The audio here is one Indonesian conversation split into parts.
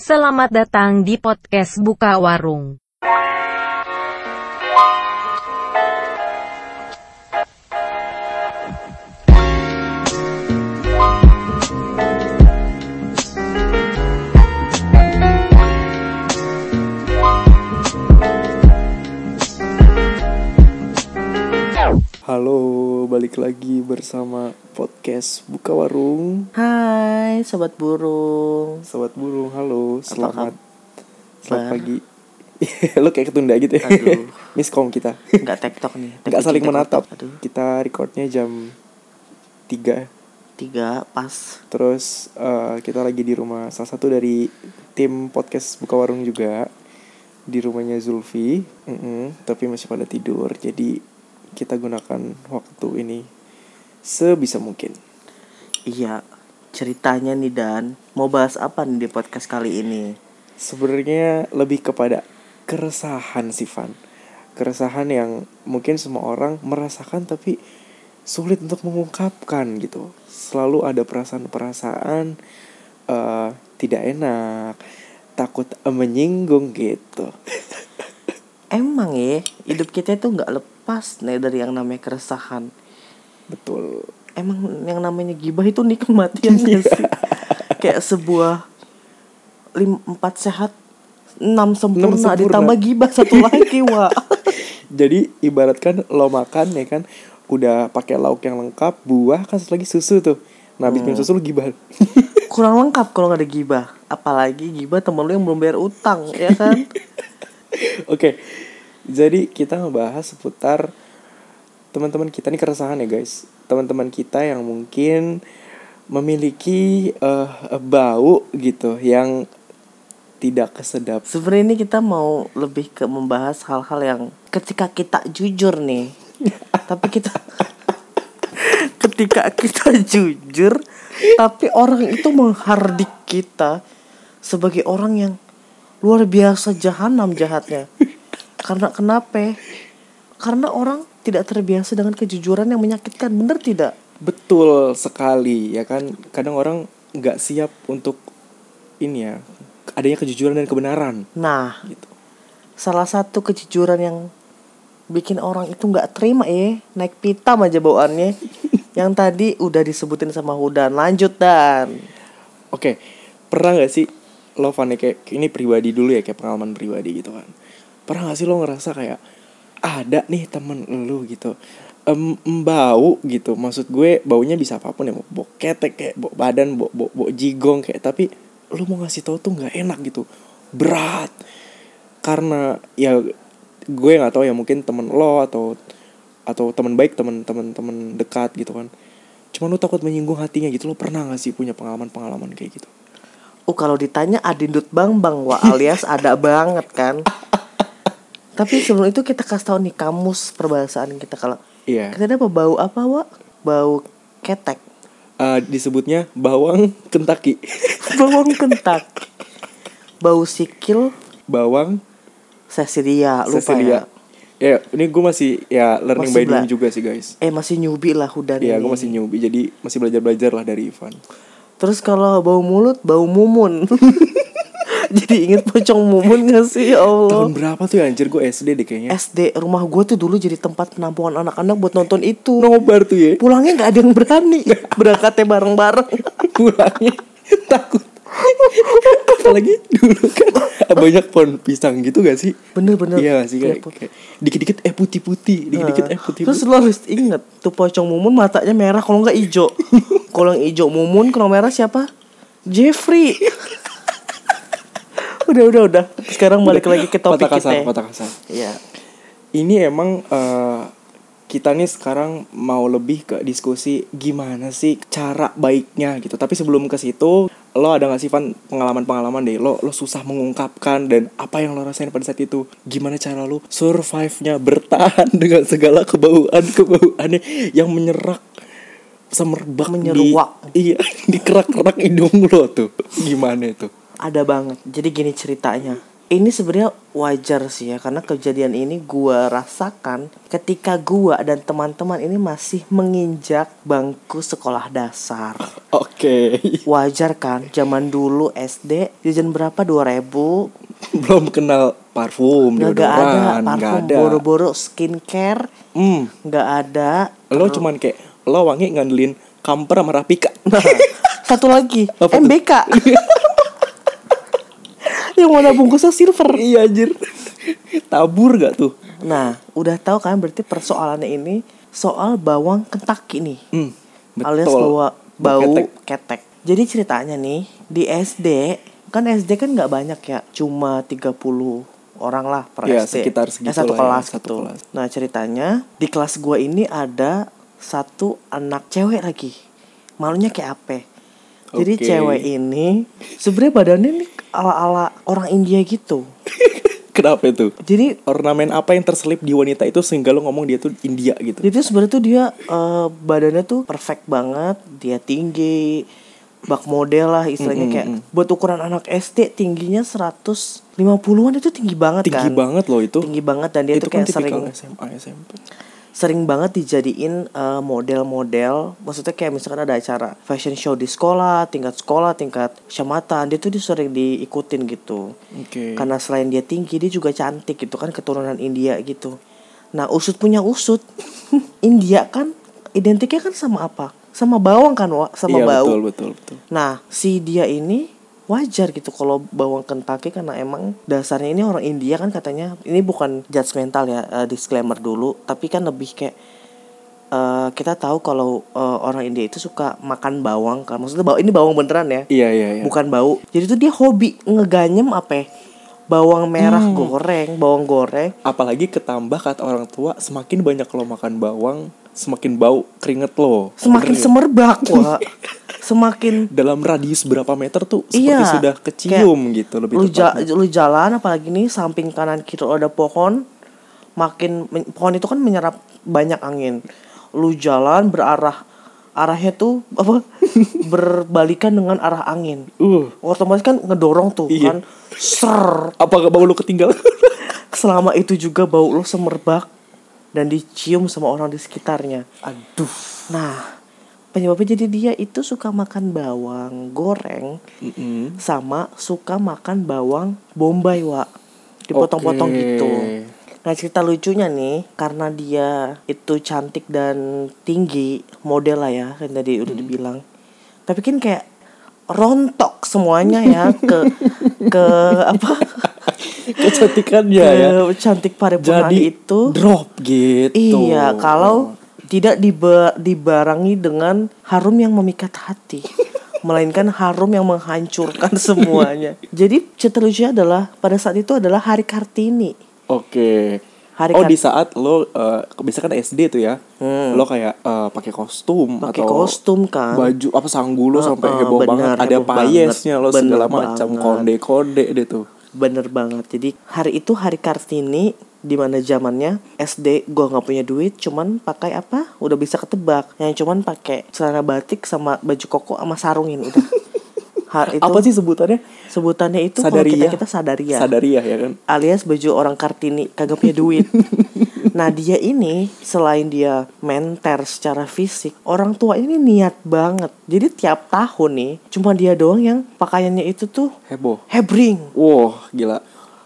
Selamat datang di podcast Buka Warung. Halo, balik lagi bersama podcast Buka Warung. Hai Sobat Burung. Sobat Burung, halo, selamat kabar? pagi. Lo kayak ketunda gitu ya. Aduh. Miskom kita. Nggak tektok nih. Nggak saling menatap. Aduh. Kita recordnya jam 3. 3 pas. Terus kita lagi di rumah salah satu dari tim podcast Buka Warung juga. Di rumahnya Zulfi. Tapi masih pada tidur. Jadi kita gunakan waktu ini sebisa mungkin. Iya. Ceritanya nih Dan, mau bahas apa nih di podcast kali ini? Sebenarnya lebih kepada keresahan sih, Van. Keresahan yang mungkin semua orang merasakan tapi sulit untuk mengungkapkan gitu. Selalu ada perasaan-perasaan tidak enak, takut menyinggung gitu. Emang ya, hidup kita itu nggak lepas nih dari yang namanya keresahan. Betul. Emang yang namanya gibah itu nikmat ya nggak sih? Kayak sebuah 4 sehat 6 sempurna ditambah gibah 1 lagi, wah. Jadi ibaratkan lo makan ya kan, udah pakai lauk yang lengkap, buah kan satu lagi susu tuh. Nah, habis minum susu lo gibah. Kurang lengkap kalau nggak ada gibah. Apalagi gibah temen lu yang belum bayar utang, ya kan? Oke. Jadi kita ngebahas seputar teman-teman kita nih, keresahan ya guys. Teman-teman kita yang mungkin memiliki bau gitu yang tidak kesedap. Sebenarnya ini kita mau lebih ke membahas hal-hal yang ketika kita jujur nih. Tapi ketika kita jujur, tapi orang itu menghardik kita sebagai orang yang luar biasa jahanam jahatnya. Karena kenapa? Karena orang tidak terbiasa dengan kejujuran yang menyakitkan, benar tidak? Betul sekali, ya kan. Kadang orang nggak siap untuk ini ya, adanya kejujuran dan kebenaran. Nah, gitu. Salah satu kejujuran yang bikin orang itu nggak terima naik pitam aja bawaannya. Yang tadi udah disebutin sama Hudan. Lanjut Dan. Oke, pernah nggak sih lo, Van, kayak ini pribadi dulu ya, kayak pengalaman pribadi gitu kan. Pernah gak sih lo ngerasa kayak ada nih temen lo gitu, bau gitu. Maksud gue baunya bisa apapun ya, bau ketek kayak bau badan, bau jigong kayak, tapi lo mau ngasih tahu tuh nggak enak gitu, berat. Karena ya gue nggak tahu ya, mungkin temen lo atau teman baik, teman dekat gitu kan. Cuma lo takut menyinggung hatinya gitu. Lo pernah gak sih punya pengalaman kayak gitu? Kalau ditanya Adindut Bang wah alias ada banget kan. Tapi sebelum itu kita kasih tahu nih kamus perbahasaan kita. Kalau kita ada bau apa, Wak? Bau ketek. Disebutnya bawang Kentucky. Bawang Kentucky. Bau sikil. Bawang Cecilia, lupa ya. Ya, ini gue masih ya learning by doing juga sih guys. Masih newbie lah Hudan ini. Iya, gue masih newbie, jadi masih belajar lah dari Ivan. Terus kalau bau mulut, bau mumun. Jadi inget pocong mumun gak sih, ya Allah? Tahun berapa tuh ya anjir, gue SD deh kayaknya. SD, rumah gue tuh dulu jadi tempat penampungan anak-anak buat nonton itu. Nobar tuh ya. Pulangnya gak ada yang berani. Berangkatnya bareng-bareng. Pulangnya takut. Apalagi dulu kan banyak pohon pisang gitu gak sih? Bener-bener. Iya gak sih, kayak dikit-dikit putih-putih. Terus lo harus inget tuh pocong mumun matanya merah, kalau gak hijau. Kalau yang hijau mumun, kalau merah siapa? Jeffrey. Udah. Sekarang balik lagi ke topik kita. Kata kasar. Iya. Ini emang kita nih sekarang mau lebih ke diskusi gimana sih cara baiknya gitu. Tapi sebelum ke situ, lo ada nggak sih, Van, pengalaman deh lo susah mengungkapkan dan apa yang lo rasain pada saat itu? Gimana cara lo survive-nya, bertahan dengan segala kebauannya yang menyerak, semerbak, menyeruak di kerak-kerak hidung lo tuh. Gimana itu? Ada banget. Jadi gini ceritanya. ini sebenarnya wajar sih ya, karena kejadian ini gua rasakan ketika gua dan teman-teman ini masih menginjak bangku sekolah dasar. Oke. Wajar kan, zaman dulu SD jajan berapa, 2.000. Belum kenal parfum, Nggak ada deodoran, nggak parfum, ada. boro-boro skincare, nggak ada. Lo cuman kayak lo wangi ngandelin Kamper sama Rapika. Nah, satu lagi Apa tuh? MBK. Yang warna bungkusnya silver. Iya anjir. Tabur gak tuh? Nah, udah tahu kan berarti persoalannya ini soal bawang Kentucky nih. Alias Betul. bau ketek. Jadi ceritanya nih, di SD, kan SD kan nggak banyak ya, cuma 30 orang lah per Ya, SD. sekitar segitu satu lah ya, kelas satu gitu. kelas. Nah, ceritanya di kelas gua ini ada satu anak cewek lagi. Malunya kayak apa? Jadi Oke. cewek ini sebenarnya badannya nih ala-ala orang India gitu. Kenapa itu? Jadi Ornamen apa yang terselip di wanita itu sehingga lo ngomong dia tuh India gitu? Jadi sebenarnya tuh dia badannya tuh perfect banget, dia tinggi, bak model lah istilahnya kayak buat ukuran anak SD tingginya 150-an itu tinggi banget kan. Tinggi banget loh itu. Tinggi banget dan dia itu tuh kan kayak tipikal SMA SMP. sering banget dijadiin model-model. Maksudnya kayak misalkan ada acara fashion show di sekolah, tingkat kecamatan, dia tuh sering diikutin gitu. Oke. Karena selain dia tinggi, dia juga cantik gitu kan, keturunan India gitu. Nah, usut punya usut. India kan identiknya kan sama apa? Sama bawang kan, Wak? Sama Iya, bau. betul. Nah, si dia ini wajar gitu kalau bawang Kentucky, karena emang dasarnya ini orang India kan katanya. Ini bukan judgmental ya, disclaimer dulu. Tapi kan lebih kayak kita tahu kalau orang India itu suka makan bawang kan. Maksudnya ini bawang beneran ya. Iya. Bukan bau. Jadi tuh dia hobi ngeganyem apa ya? Bawang merah bawang goreng. Apalagi ketambah kata orang tua, semakin banyak lo makan bawang, semakin bau keringet lo. Semakin Bener ya? semerbak, Wak. Semakin Dalam radius berapa meter tuh seperti iya, sudah kecium gitu lebih tepatnya. lu jalan apalagi nih samping kanan kiri ada pohon, pohon itu kan menyerap banyak angin. Lu jalan arahnya tuh apa berbalikan dengan arah angin. Otomatis kan ngedorong tuh Iya. kan. Ser. Apa gak bau lo ketinggalan? Selama itu juga bau lu semerbak dan dicium sama orang di sekitarnya. Aduh. Nah, penyebabnya jadi dia itu suka makan bawang goreng sama suka makan bawang bombay, Wak. Dipotong-potong gitu. Nah, cerita lucunya nih, karena dia itu cantik dan tinggi, model lah ya, kan tadi udah dibilang. Tapi kan kayak rontok semuanya ya ke apa? Kecantikannya ya. Cantik paripurna Jadi itu drop gitu. Iya, kalau tidak dibarengi dengan harum yang memikat hati, melainkan harum yang menghancurkan semuanya. Jadi cerita lucunya adalah pada saat itu adalah Hari Kartini. Oke. Di saat lo biasanya kan SD tuh ya, lo kayak pakai kostum kan, baju apa sanggul lo sampai heboh bener, banget, ada heboh payesnya lo banget, segala bener macam banget. kode-kode deh tuh. Bener banget. Jadi hari itu Hari Kartini, di mana zamannya SD gua nggak punya duit, cuman pakai apa? Udah bisa ketebak. Yang cuman pakai celana batik sama baju koko sama sarungin udah. Itu, apa sih sebutannya? Sebutannya itu kalau kita sadaria. Sadaria ya kan. Alias baju orang Kartini, kagak punya duit. Nah, dia ini selain dia menter secara fisik, orang tua ini niat banget. Jadi tiap tahun nih, cuma dia doang yang pakaiannya itu tuh heboh. Hebring. Wah, gila.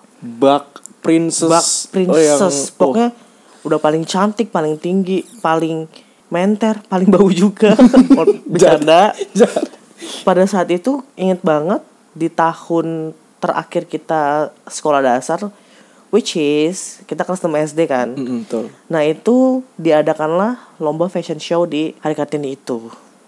Bak Princess. Pokoknya udah paling cantik, paling tinggi, paling menter, paling bau juga. Bercanda. Pada saat itu inget banget di tahun terakhir kita sekolah dasar, which is kita kelas 6 SD kan. Betul. Nah, itu diadakanlah lomba fashion show di Hari Kartini itu.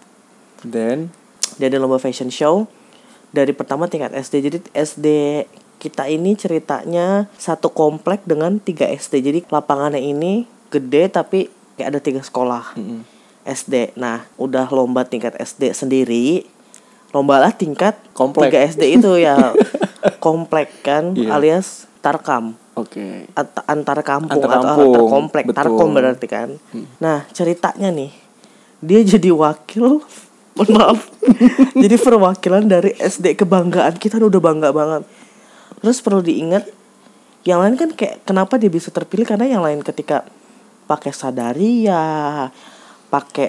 Jadi lomba fashion show dari pertama tingkat SD. Jadi SD kita ini ceritanya satu komplek dengan 3 SD. Jadi lapangannya ini gede tapi kayak ada 3 sekolah SD. Nah, udah lomba tingkat SD sendiri, lomba lah tingkat komplek 3 SD itu ya. Komplek kan, alias tarkam. Oke. Antar kampung atau antar komplek. Betul. Tarkom berarti kan. Nah, ceritanya nih, dia jadi wakil, maaf. Jadi perwakilan dari SD kebanggaan kita, udah bangga banget. Terus perlu diingat, yang lain kan kayak kenapa dia bisa terpilih, karena yang lain ketika pakai sadaria, pakai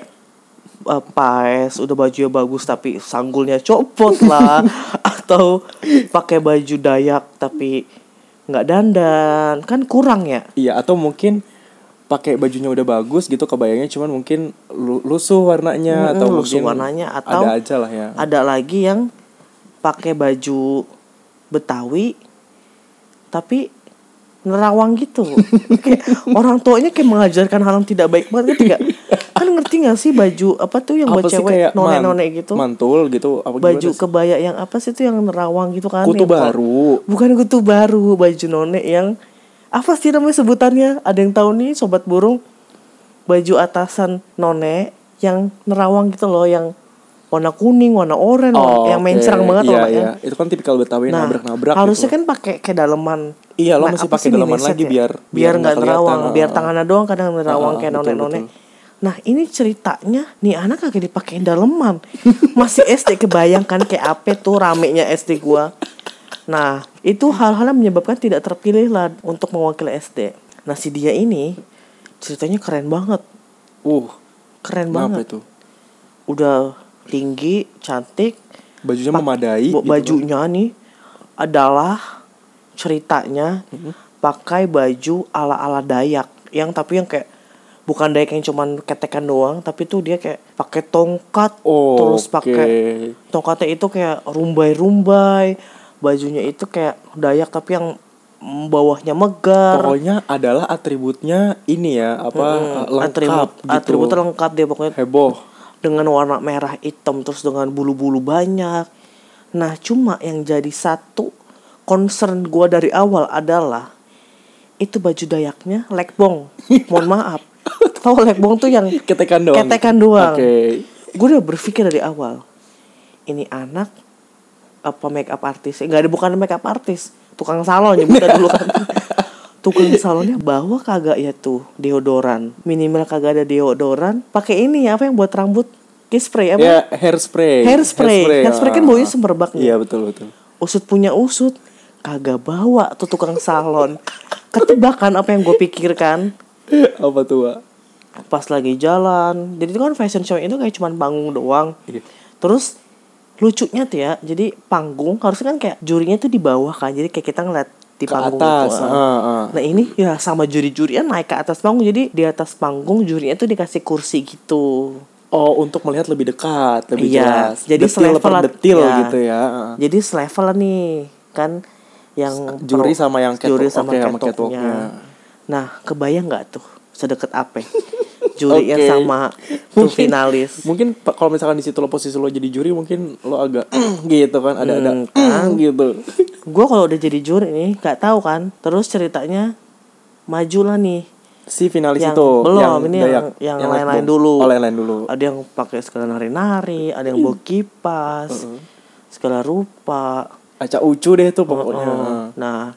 paes, udah bajunya bagus tapi sanggulnya copot lah, atau pakai baju Dayak tapi nggak dandan, kan kurang ya. Iya, atau mungkin pakai bajunya udah bagus gitu kebayangnya, cuman mungkin lusuh warnanya atau Lusuh mungkin warnanya, atau ada aja lah ya. ada lagi yang pakai baju Betawi tapi nerawang gitu. Kayak orang tuanya kayak mengajarkan hal yang tidak baik banget, kan ngerti gak sih baju apa tuh yang buat Apa sih, cewek kayak nonek-nonek gitu, mantul gitu apa baju gimana sih? kebaya yang apa sih tuh yang nerawang gitu kan, Kutu yang baru. bukan kutu baru, baju nonek yang apa sih namanya sebutannya, ada yang tahu nih sobat burung? Baju atasan nonek yang nerawang gitu loh, yang warna kuning, warna oranye, yang mencerang banget iya, warnanya. iya. Itu kan tipikal Betawi, Nah, nabrak-nabrak harusnya gitu. kan pakai kayak daleman. Iya, lo Nah, masih apa pakai sih, daleman miniset lagi ya? biar nggak nggak nerawang, kelihatan. biar tangannya doang kadang nerawang kayak betul, nonek-nonek. betul. Nah, ini ceritanya nih anak kagak dipakein daleman. Masih SD, kebayangkan kayak apa tuh ramenya SD gua. Nah, itu hal-hal yang menyebabkan tidak terpilih lah untuk mewakili SD. Nah, si dia ini ceritanya keren banget. Keren Kenapa banget. itu? Udah tinggi, cantik, Bajunya memadai gitu kan. bajunya nih adalah ceritanya pakai baju ala-ala Dayak, yang tapi yang kayak bukan Dayak yang cuman ketekan doang, tapi tuh dia kayak pakai tongkat, terus pakai tongkatnya itu kayak rumbai-rumbai, bajunya itu kayak Dayak tapi yang bawahnya megar. Pokoknya adalah atributnya ini ya, lengkap gitu. Atributnya lengkap dia pokoknya. Heboh. Dengan warna merah hitam, terus dengan bulu-bulu banyak. Nah, cuma yang jadi satu concern gue dari awal adalah itu baju Dayaknya lekbong. Mohon maaf. Tahu lekbong tuh yang Ketekan doang. ketekan doang. Oke. Gue udah berpikir dari awal, ini anak apa make up artis? Enggak ada, bukan make up artis, tukang salon nyebutnya dulu kan. Tukang salonnya bawa kagak ya tuh deodoran, minimal kagak ada deodoran, pakai ini apa yang buat rambut, spray apa? Ya, hairspray Kan baunya semerbak nih. Iya, betul. Usut punya usut, kagak bawa tuh tukang salon. Ketebak kan apa yang gue pikirkan? Apa tuh, Wak? Pas lagi jalan, jadi itu kan fashion show itu kayak cuman panggung doang. Iya. Terus lucunya tuh ya, jadi panggung harusnya kan kayak jurinya tuh di bawah kan, jadi kayak kita ngeliat di Ke panggung atas. itu. Nah ini ya sama juri-jurian naik ke atas panggung, jadi di atas panggung jurinya tuh dikasih kursi gitu. Oh, untuk melihat lebih dekat, lebih Iya, jelas. jadi detil gitu ya. Jadi selevel lah nih kan, yang Juri sama yang juri catwalk. sama Oke, sama catwalknya. catwalknya. Nah, kebayang nggak tuh sedekat apa jurinya Oke. sama tuh finalis? Mungkin kalau misalkan di situ lo posisi lo jadi juri, mungkin lo agak gitu kan, ada gitu. Gue kalau udah jadi juri nih nggak tahu kan. Terus ceritanya maju lah nih Si finalis yang itu belum, ini Dayak, yang Lekbong. lain-lain dulu. Oh, lain-lain dulu. Ada yang pakai segala nari-nari, ada yang bawa kipas, segala rupa. Acak ucu deh tuh pokoknya. Nah,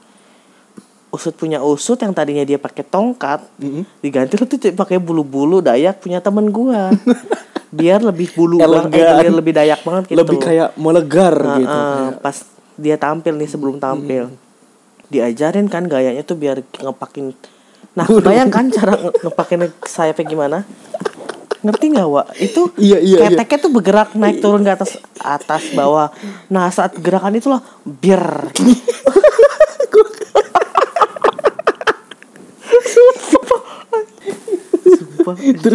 usut punya usut, yang tadinya dia pakai tongkat, diganti lo tuh pakai bulu-bulu Dayak punya temen gua. Biar lebih bulu Elegan. biar lebih Dayak banget gitu. Lebih kayak melegar gitu. Pas dia tampil nih, sebelum tampil, diajarin kan gayanya tuh biar ngepakin. Nah, bayangkan cara ngepakin sayapnya gimana? Ngerti nggak, Wak? Itu Iya. keteknya tuh bergerak naik turun ke atas bawah. Nah, saat gerakan itulah biar Sumpah.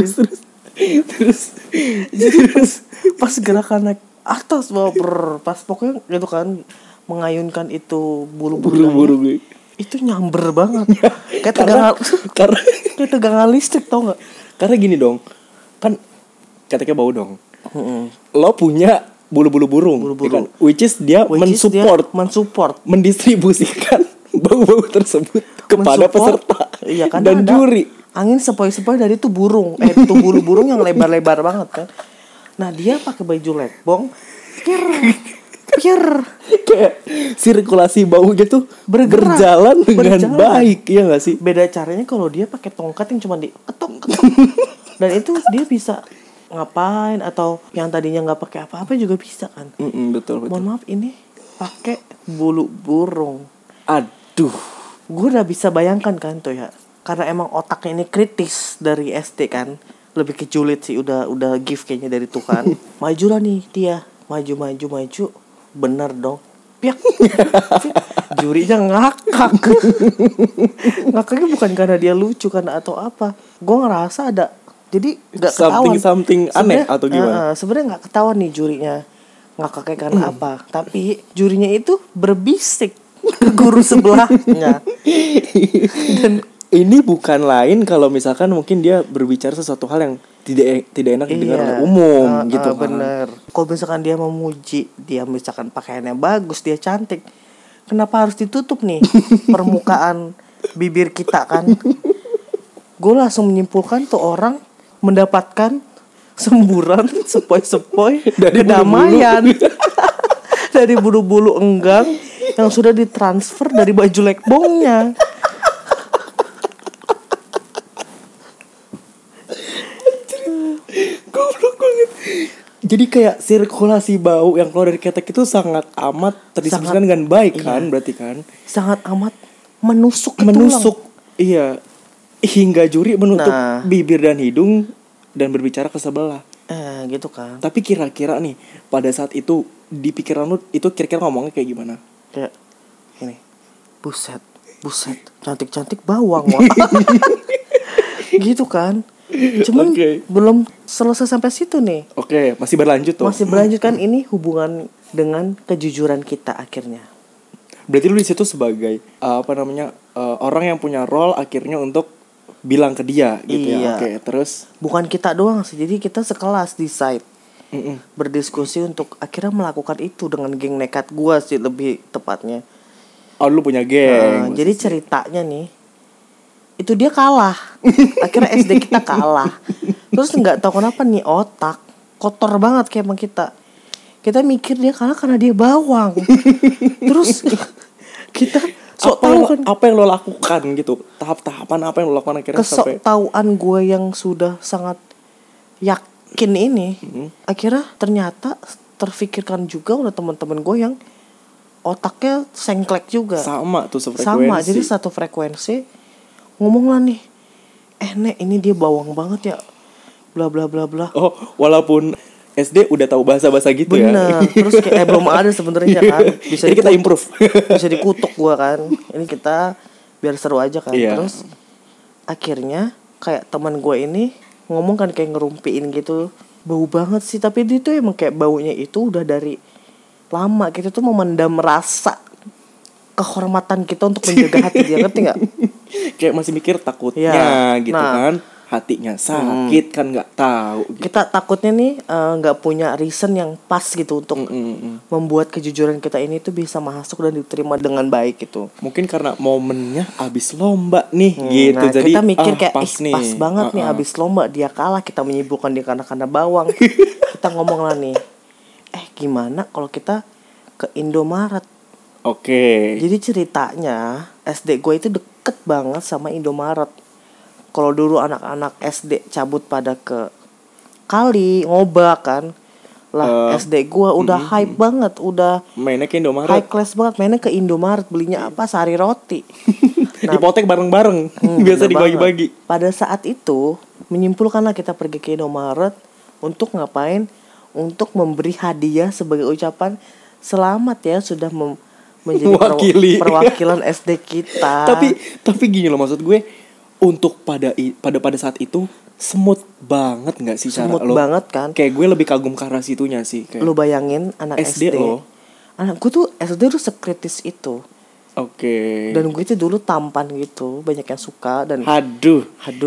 Terus pas gerakan naik atas bawah pas pokoknya gitu kan, mengayunkan itu bulu-bulu gue. itu nyamber banget. Kayak tegangan listrik, tau nggak? Karena gini dong, kan keteknya bau dong. Lo punya bulu-bulu burung, ya kan? Which is dia mensupport, mendistribusikan bau-bau tersebut kepada peserta, iya, kan, dan juri. Angin sepoi-sepoi dari tuh burung, tuh bulu-burung yang lebar-lebar banget kan. Nah, dia pakai baju lekbong, pier Kayak sirkulasi baunya tuh berjalan dengan baik, ya nggak sih? Beda caranya kalau dia pakai tongkat yang cuma diketok. Dan itu dia bisa ngapain, atau yang tadinya nggak pakai apa-apa juga bisa kan. Betul. Mohon maaf, ini pakai bulu burung Aduh. Gue udah bisa bayangkan kan tuh ya, karena emang otaknya ini kritis dari SD kan, lebih ke julid sih, udah gift kayaknya dari Tuhan. Maju lah nih Tia, maju, bener dong, piak. Jurinya ngakak. Ngakaknya bukan karena dia lucu karena atau apa, gue ngerasa ada, jadi nggak ketahuan Something aneh atau gimana? sebenarnya nggak ketahuan nih jurinya ngakaknya karena apa, tapi jurinya itu berbisik ke guru sebelahnya. Dan ini bukan lain kalau misalkan mungkin dia berbicara sesuatu hal yang tidak enak didengar oleh umum gitu kan. Bener. Kalau misalkan dia memuji, dia misalkan pakaiannya bagus, dia cantik, kenapa harus ditutup nih permukaan bibir kita kan? Gue langsung menyimpulkan tuh orang mendapatkan semburan sepoi-sepoi Dari kedamaian dari bulu-bulu enggang yang sudah ditransfer dari baju lekbongnya. Goblok banget. Jadi kayak sirkulasi bau yang keluar dari ketek itu sangat amat terdistribusikan dengan baik kan, berarti kan? Sangat amat menusuk ke Menusuk. Iya. Hingga juri menutup Nah. bibir dan hidung dan berbicara ke sebelah. gitu kan. Tapi kira-kira nih pada saat itu di pikiran lu itu kira-kira ngomongnya kayak gimana? Kayak ini, buset, cantik-cantik bawang wah. Gitu kan. Cuman belum selesai sampai situ nih. Oke, masih berlanjut tuh. Masih berlanjut kan, ini hubungan dengan kejujuran kita akhirnya. Berarti lu di situ sebagai orang yang punya role akhirnya untuk bilang ke dia gitu ya. Oke, terus bukan kita doang sih. Jadi kita sekelas decide berdiskusi untuk akhirnya melakukan itu dengan geng nekat gua sih lebih tepatnya. Oh, lu punya geng. Jadi ceritanya nih, itu dia kalah. Akhirnya SD kita kalah. Terus nggak tahu kenapa nih otak kotor banget kayak emang kita mikir dia kalah karena dia bawang. Terus kita apa yang lo lakukan gitu, tahap-tahapan apa yang lo lakukan akhirnya sampai kesoktahuan gue yang sudah sangat yakin ini, akhirnya ternyata terfikirkan juga oleh teman-teman gue yang otaknya sengklek juga, sama tuh sefrekuensi. jadi satu frekuensi. Ngomong lah nih, Nek ini dia bawang banget ya, bla bla bla bla. Oh, walaupun SD udah tahu bahasa-bahasa gitu. Bener. Ya. Terus kayak belum ada sebenarnya kan. Bisa jadi kita improve. Bisa dikutuk gua kan. Ini kita biar seru aja kan. Iya. Terus akhirnya kayak teman gua ini ngomong kan kayak ngerumpiin gitu. Bau banget sih, tapi dia tuh emang kayak baunya itu udah dari lama. Kita tuh memendam rasa kehormatan kita untuk menjaga hati dia, ngerti enggak? Kayak masih mikir takutnya gitu kan. Hatinya sakit kan nggak tahu gitu. Kita takutnya nih nggak punya reason yang pas gitu untuk membuat kejujuran kita ini tuh bisa masuk dan diterima dengan baik gitu. Mungkin karena momennya abis lomba nih gitu. Nah, jadi kita mikir kayak pas banget nih abis lomba dia kalah, kita menyibukkan dia karena bawang. Kita ngomong lah nih, gimana kalau kita ke Indomaret? Oke. Jadi ceritanya SD gue itu deket banget sama Indomaret. Kalau dulu anak-anak SD cabut pada ke kali ngobak kan, lah SD gua udah hype banget, udah mainnya ke Indomaret, high class banget, mainnya ke Indomaret, belinya apa, sari roti. Hipotek bareng-bareng, biasa dibagi-bagi. Pada saat itu menyimpulkanlah kita pergi ke Indomaret untuk ngapain? Untuk memberi hadiah sebagai ucapan selamat ya sudah menjadi perwakilan SD kita. Tapi gini loh, maksud gue untuk pada saat itu smooth banget nggak sih cara lo? Smooth banget kan? Kayak gue lebih kagum ke arah situnya sih. Kayak lo bayangin anak SD lo. Anak gue tuh SD tuh sekritis itu. Oke. Dan gue itu dulu tampan gitu, banyak yang suka dan Haduh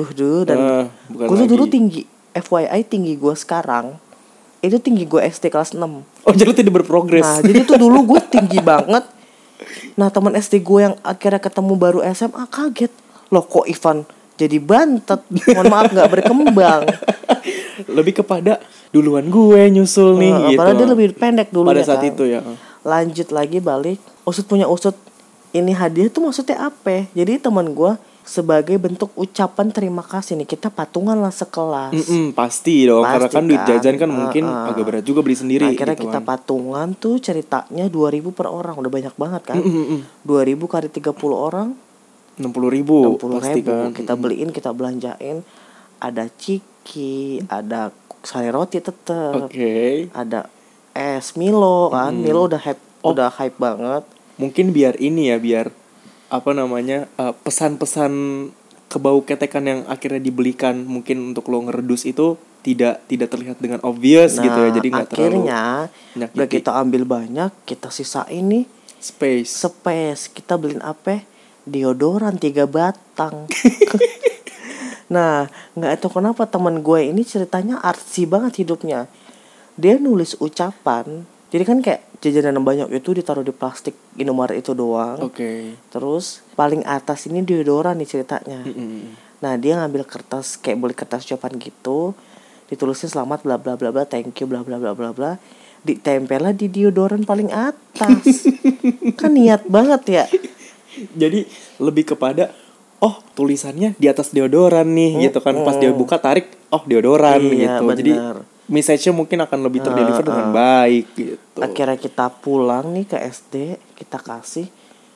dan gue tuh dulu tinggi. FYI tinggi gue sekarang itu tinggi gue SD kelas 6. Oh, jadi tidak berprogres. Nah, jadi tuh dulu gue tinggi banget. Nah, teman SD gue yang akhirnya ketemu baru SMA kaget. Loh kok Ivan jadi bantet? Mohon maaf gak berkembang. Lebih kepada duluan gue nyusul nih gitu. Padahal dia lebih pendek dulu pada saat itu ya. Lanjut lagi balik. Usut punya usut. Ini hadiah tuh maksudnya apa? Jadi teman gue sebagai bentuk ucapan terima kasih nih, kita patungan lah sekelas. Pasti dong, karena Pasti kan duit kan. jajan kan mungkin agak berat juga beli sendiri Nah, akhirnya gitu kita kan. patungan tuh, ceritanya 2.000 per orang, udah banyak banget kan. 2.000 kali 30 orang 60.000 60.000 pasti kan. kita beliin, kita belanjain. Ada ciki, ada sari roti tetep, Oke. ada es Milo kan. Milo udah hype banget. Mungkin biar ini ya, biar apa namanya, pesan-pesan kebau ketekan yang akhirnya dibelikan mungkin untuk lo ngeredus itu tidak terlihat dengan obvious gitu ya, jadi nggak terlalu akhirnya udah menyakiti. kita ambil banyak, kita sisain nih space. Kita beliin apa? Deodoran 3 batang. Nah, nggak tahu kenapa teman gue ini ceritanya artsy banget hidupnya. Dia nulis ucapan. Jadi kan kayak jajanan banyak itu ditaruh di plastik Indomaret itu doang. Oke. Terus paling atas ini deodoran nih ceritanya. Nah, dia ngambil kertas, kayak beli kertas ucapan gitu, ditulisin selamat bla bla bla bla, thank you bla bla bla bla bla, ditempel di deodoran paling atas. Kan niat banget ya. Jadi lebih kepada tulisannya di atas deodoran nih gitu kan. Pas dia buka tarik, deodoran Iya, gitu. bener. Jadi message-nya mungkin akan lebih terdeliver dengan baik gitu. Akhirnya kita pulang nih ke SD, kita kasih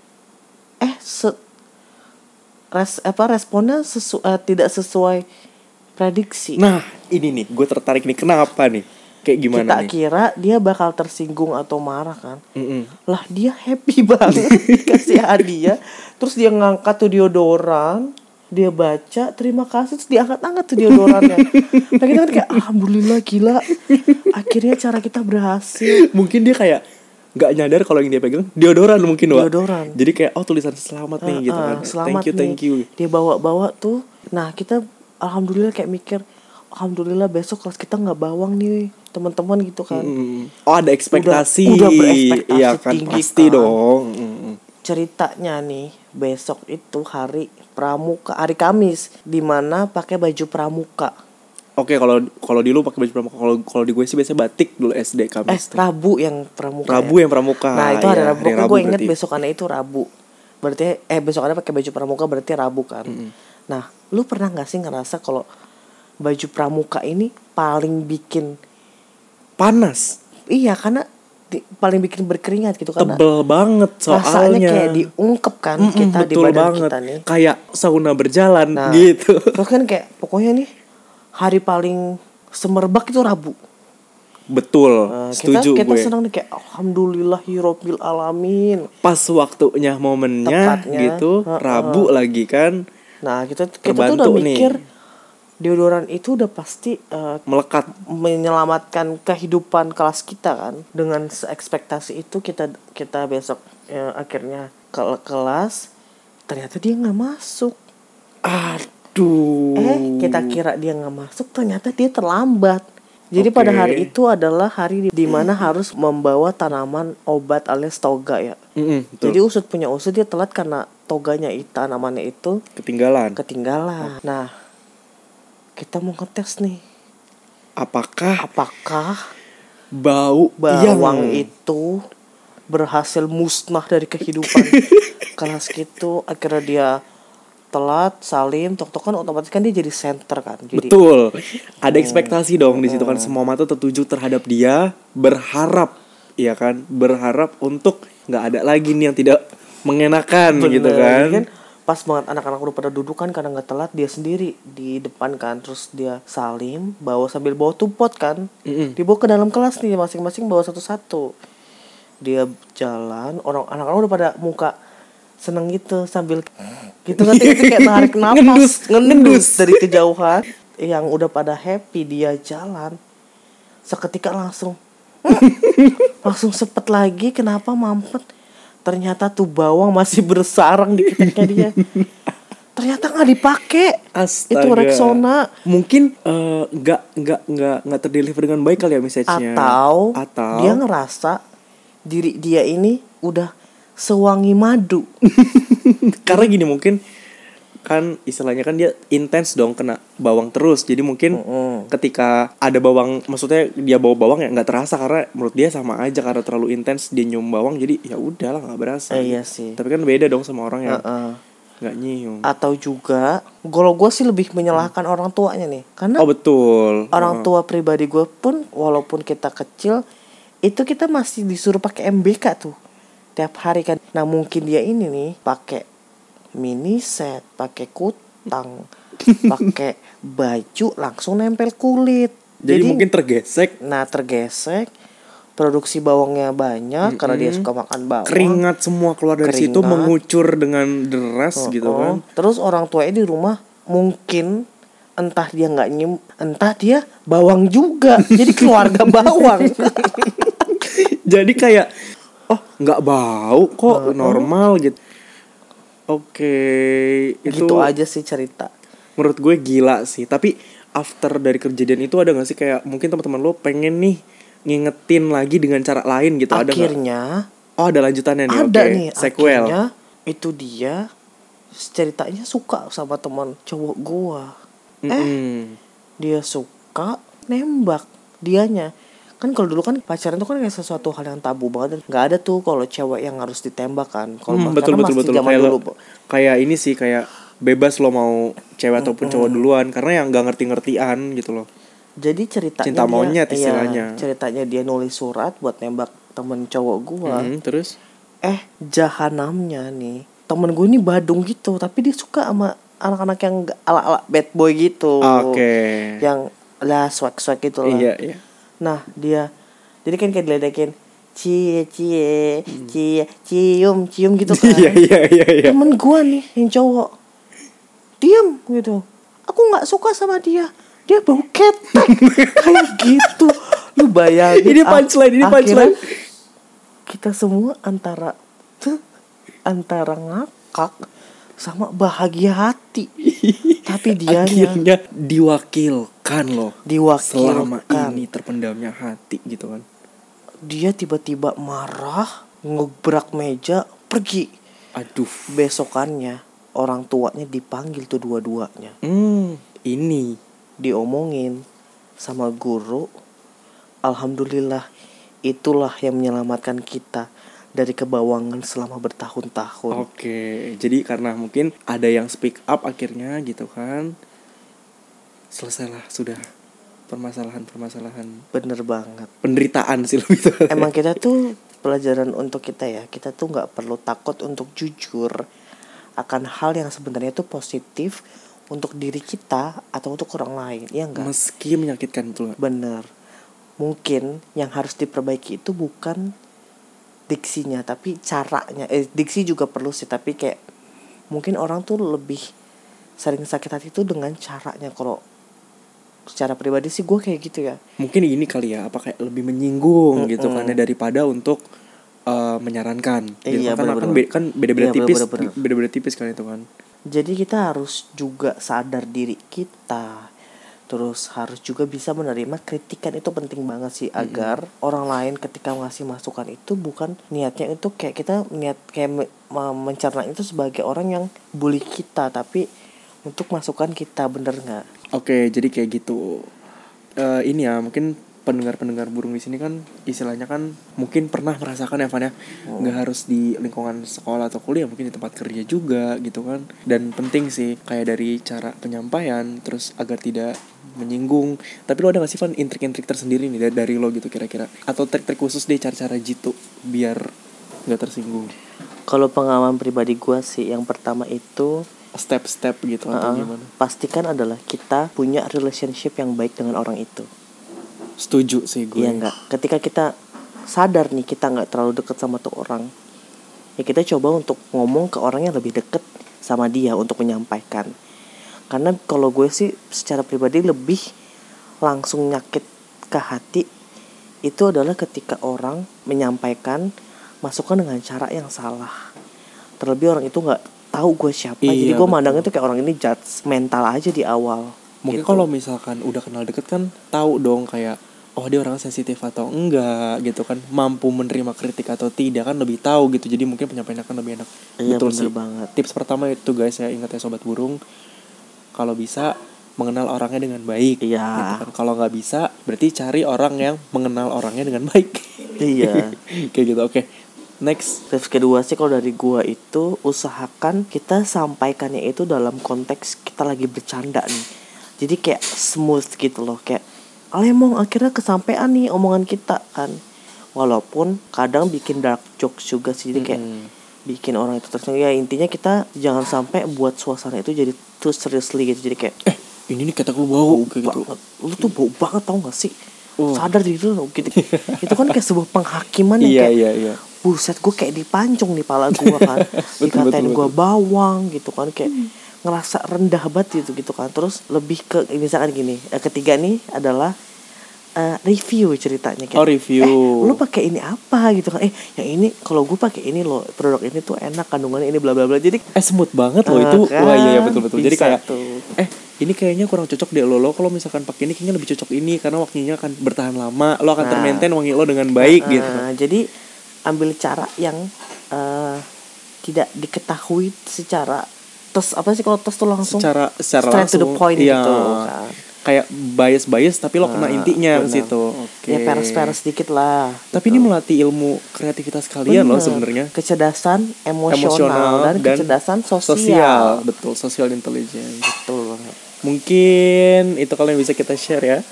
responnya tidak sesuai prediksi. Nah, ini nih gue tertarik nih, kenapa nih? Kayak gimana Kita nih? kira dia bakal tersinggung atau marah kan. Lah, dia happy banget kasih hadiah. Terus dia ngangkat tuh deodoran, dia baca terima kasih, terus diangkat-angkat tuh deodorannya. Nah, kita kan kayak alhamdulillah, gila, akhirnya cara kita berhasil. Mungkin dia kayak nggak nyadar kalau yang dia pegang deodoran mungkin, Wak. Deodoran. Jadi kayak tulisan selamat nih gitu kan. Selamat Thank you. Dia bawa tuh. Nah, kita alhamdulillah kayak mikir, alhamdulillah besok kelas kita nggak bawang nih teman-teman gitu kan. Ada ekspektasi. Udah berekspektasi iya kan, tinggi pasti kan. dong. Ceritanya nih, besok itu hari pramuka, hari Kamis, dimana pakai baju pramuka. Oke, kalau di lu pakai baju pramuka, kalau di gue sih biasanya batik dulu SD Kamis. Rabu yang pramuka. Rabu yang pramuka. Nah, itu hari ya, Rabu. Gue inget besokannya itu Rabu. Berarti besokannya pakai baju pramuka, berarti Rabu kan. Nah, lu pernah nggak sih ngerasa kalau baju pramuka ini paling bikin panas? Iya, karena paling bikin berkeringat gitu, karena tebel banget soalnya. Rasanya kayak diungkep kan kita di badan banget. kita nih. Kayak sauna berjalan gitu. Terus kan kayak pokoknya nih hari paling semerbak itu Rabu. Betul, setuju kita gue. senang nih kayak alhamdulillahirabbil alamin. Pas waktunya momennya tepatnya, gitu, Rabu lagi kan. Nah, kita tuh udah mikir nih, deodoran itu udah pasti melekat, menyelamatkan kehidupan kelas kita kan. Dengan ekspektasi itu kita besok akhirnya ke kelas, ternyata dia nggak masuk. Aduh. Kita kira dia nggak masuk, ternyata dia terlambat. Jadi pada hari itu adalah hari di mana harus membawa tanaman obat alias toga ya. Jadi usut punya usut, dia telat karena toganya itu, tanamannya itu ketinggalan. Nah, kita mau ngetes nih, apakah bawang itu berhasil musnah dari kehidupan kelas gitu. Akhirnya dia telat, salim, tok-tokan, otomatis kan dia jadi center kan. Jadi, betul. Ada ekspektasi dong di situ kan, semua mata tertuju terhadap dia, berharap, ya kan, berharap untuk nggak ada lagi nih yang tidak mengenakan. Bener, gitu kan. Jadi kan pas banget anak-anak udah pada duduk kan, karena nggak telat, dia sendiri di depan kan, terus dia salim, sambil bawa tumpot kan, dibawa ke dalam kelas nih, masing-masing bawa satu-satu. Dia jalan, anak-anak udah pada muka seneng gitu sambil gitu kan, kayak narik napas, ngendus dari kejauhan. Yang udah pada happy, dia jalan, seketika langsung sepet lagi. Kenapa mampet? Ternyata tuh bawang masih bersarang di keteknya dia. Ternyata nggak dipakai. Itu Rexona. Mungkin nggak terdeliver dengan baik kali ya message-nya. Atau dia ngerasa diri dia ini udah sewangi madu. Karena gini, mungkin kan istilahnya kan dia intens dong kena bawang terus. Jadi mungkin ketika ada bawang, maksudnya dia bawa bawang ya nggak terasa, karena menurut dia sama aja, karena terlalu intens dia nyium bawang, jadi ya udahlah nggak berasa. Iya sih. Tapi kan beda dong sama orang yang nggak nyium. Atau juga kalau gue sih lebih menyalahkan orang tuanya nih, karena Oh betul. orang tua pribadi gue pun walaupun kita kecil itu kita masih disuruh pakai MBK tuh tiap hari kan. Nah mungkin dia ini nih pakai mini set, pakai kutang, pakai baju langsung nempel kulit. Jadi mungkin tergesek. Nah tergesek, produksi bawangnya banyak karena dia suka makan bawang. Keringat semua keluar dari situ mengucur dengan deras gitu kan. Terus orang tuanya di rumah mungkin entah dia nggak nyium, entah dia bawang juga. Jadi keluarga bawang. Jadi kayak nggak bau kok, normal gitu. Oke, itu Gitu aja sih cerita. Menurut gue gila sih. Tapi after dari kejadian itu ada nggak sih kayak mungkin teman-teman lo pengen nih ngingetin lagi dengan cara lain gitu? Akhirnya ada lanjutannya nih. ada Oke. nih Sequel. akhirnya itu dia ceritanya suka sama teman cowok gua. Dia suka nembak dianya. Kan kalau dulu kan pacaran tuh kan kayak sesuatu hal yang tabu banget. Nggak ada tuh kalau cewek yang harus ditembak kan. Kalau betul. zaman Kayak dulu. kayak ini sih kayak bebas lo mau cewek ataupun cowok duluan karena yang nggak ngerti-ngertian gitu loh. Jadi ceritanya cinta monyet istilahnya. Ceritanya dia nulis surat buat nembak temen cowok gua. Terus? Jahanamnya nih, temen gue ini badung gitu, tapi dia suka sama anak-anak yang ala-ala bad boy gitu. Oke. Yang lah swag-swag gitu lah. Iya. Nah dia, jadi kan kayak diledekin cie cium gitu kan. Iya. Temen gue nih yang cowok diam gitu. Aku nggak suka sama dia bau ketek. Kayak gitu. Lu bayangin. Ini punchline. Kita semua antara ngakak sama bahagia hati. Tapi dia akhirnya diwakilkan loh. Selama Diwakilkan. ini terpendamnya hati gitu kan. Dia tiba-tiba marah, ngebrak meja, pergi. Aduh. Besokannya orang tuanya dipanggil tuh dua-duanya. Ini Diomongin sama guru. Alhamdulillah itulah yang menyelamatkan kita dari kebawangan selama bertahun-tahun. Oke, jadi karena mungkin ada yang speak up akhirnya gitu kan. Selesailah sudah permasalahan. Bener banget. Penderitaan sih lebih itu. Emang kita tuh pelajaran untuk kita ya. Kita tuh nggak perlu takut untuk jujur akan hal yang sebenarnya tuh positif untuk diri kita atau untuk orang lain. Ya enggak? Meski menyakitkan itu. Bener. Mungkin yang harus diperbaiki itu bukan diksinya tapi caranya. Diksi juga perlu sih, tapi kayak mungkin orang tuh lebih sering sakit hati itu dengan caranya. Kalau secara pribadi sih gue kayak gitu ya. Mungkin ini kali ya, apa kayak lebih menyinggung gitu kan ya, daripada untuk menyarankan. Iya, kan beda-beda tipis, beda-beda tipis kan itu kan. Jadi kita harus juga sadar diri kita. Terus harus juga bisa menerima kritikan, itu penting banget sih, agar orang lain ketika ngasih masukan itu bukan niatnya itu kayak kita niat kayak mencerna itu sebagai orang yang bully kita, tapi untuk masukan kita, bener nggak? Oke, jadi kayak gitu. Ini ya mungkin pendengar burung di sini kan istilahnya kan mungkin pernah merasakan ya Van ya, nggak harus di lingkungan sekolah atau kuliah, mungkin di tempat kerja juga gitu kan. Dan penting sih kayak dari cara penyampaian, terus agar tidak menyinggung. Tapi lo ada nggak sih Van intrik-intrik tersendiri nih dari lo gitu kira-kira, atau trik-trik khusus deh, cara-cara jitu biar nggak tersinggung? Kalau pengalaman pribadi gue sih, yang pertama itu step-step gitu atau gimana? Pastikan adalah kita punya relationship yang baik dengan orang itu. Setuju sih gue. Iya enggak? Ketika kita sadar nih kita nggak terlalu dekat sama tuh orang, ya kita coba untuk ngomong ke orang yang lebih deket sama dia untuk menyampaikan. Karena kalau gue sih secara pribadi lebih langsung nyakit ke hati itu adalah ketika orang menyampaikan masukan dengan cara yang salah. Terlebih orang itu nggak tahu gue siapa, jadi gue mandangnya tuh kayak orang ini judgmental aja di awal. Mungkin gitu. kalau misalkan udah kenal deket kan tahu dong kayak dia orang sensitif atau enggak gitu kan, mampu menerima kritik atau tidak kan lebih tahu gitu. Jadi mungkin penyampaiannya kan lebih enak. Iya, betul bener sih banget. Tips pertama itu guys, ya ingat ya Sobat Burung, kalau bisa mengenal orangnya dengan baik. Iya. Gitu kan. Kalau nggak bisa berarti cari orang yang mengenal orangnya dengan baik. Iya. Kayak gitu. Oke. Next. Tips kedua sih kalau dari gua itu, usahakan kita sampaikannya itu dalam konteks kita lagi bercanda nih. Jadi kayak smooth gitu loh, kayak emang akhirnya kesampean nih omongan kita kan. Walaupun kadang bikin dark jokes juga sih, jadi kayak bikin orang itu tersenyum. Ya intinya kita jangan sampai buat suasana itu jadi too seriously gitu. Jadi kayak Ini nih kata lu bau kayak gitu. banget, lu tuh bau banget tau gak sih? Oh. Sadar diri lu gitu. Itu kan kayak sebuah penghakiman yang Iya kayak iya iya. buset, gue kayak dipancung di pala gue kan. Dikatain gue bawang gitu kan, kayak ngerasa rendah banget gitu kan. Terus lebih ke misalkan gini, ketiga nih adalah review ceritanya kayak, review. lu pakai ini apa gitu kan, yang ini kalau gue pakai ini loh, produk ini tuh enak, kandungannya ini bla bla bla. Jadi Smooth banget loh itu. kan, Wah iya betul. Jadi bisa kayak tuh. ini kayaknya kurang cocok deh lo kalau misalkan pakai ini kayaknya lebih cocok ini karena wanginya akan bertahan lama, lo akan termaintain wangi lo dengan baik gitu. Jadi ambil cara yang tidak diketahui secara tes, apa sih kalau tes tuh langsung secara straight to the langsung, point iya. gitu kan. Kayak bias tapi lo kena intinya ke situ. Oke. Ya peres-peres dikit lah. Tapi ini melatih ilmu kreativitas kalian loh sebenarnya. Kecerdasan emosional dan kecerdasan sosial. Betul, social intelligence. Betul banget. Mungkin itu kalau yang bisa kita share ya.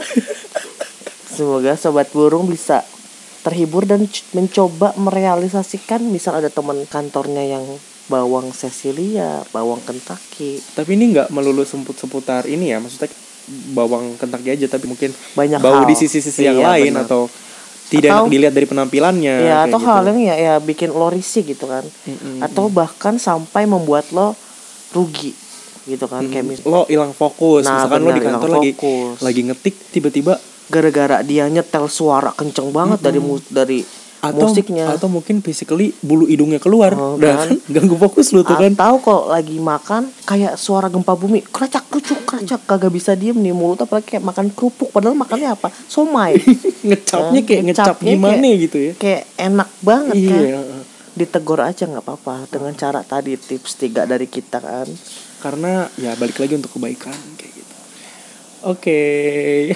Semoga sobat burung bisa terhibur dan mencoba merealisasikan, misal ada teman kantornya yang bawang Cecilia, bawang Kentucky. Tapi ini nggak melulu seputar ini ya, maksudnya bawang Kentucky aja, tapi mungkin banyak bau hal di sisi-sisi yang lain, benar. atau tidak enak dilihat dari penampilannya. Ya, atau gitu. hal yang ya bikin lo risih gitu kan. Atau bahkan sampai membuat lo rugi gitu kan, kayak lo hilang fokus. Nah, misalkan benar, lo di kantor lagi ngetik, tiba-tiba gara-gara dia nyetel suara kenceng banget dari musiknya, atau mungkin physically bulu hidungnya keluar, kan? Ganggu fokus lo tuh kan. Atau kalau lagi makan kayak suara gempa bumi, keracak kagak bisa diem nih mulut, apalagi kayak makan kerupuk padahal makannya apa, somai. Ngecapnya kayak ngecap gimana kayak, gitu ya, kayak enak banget kan. Iya. Ditegur aja nggak apa-apa dengan cara tadi, tips 3 dari kita kan, karena ya balik lagi untuk kebaikan kayak gitu. Oke.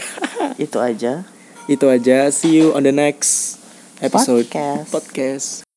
Itu aja. See you on the next episode Podcast.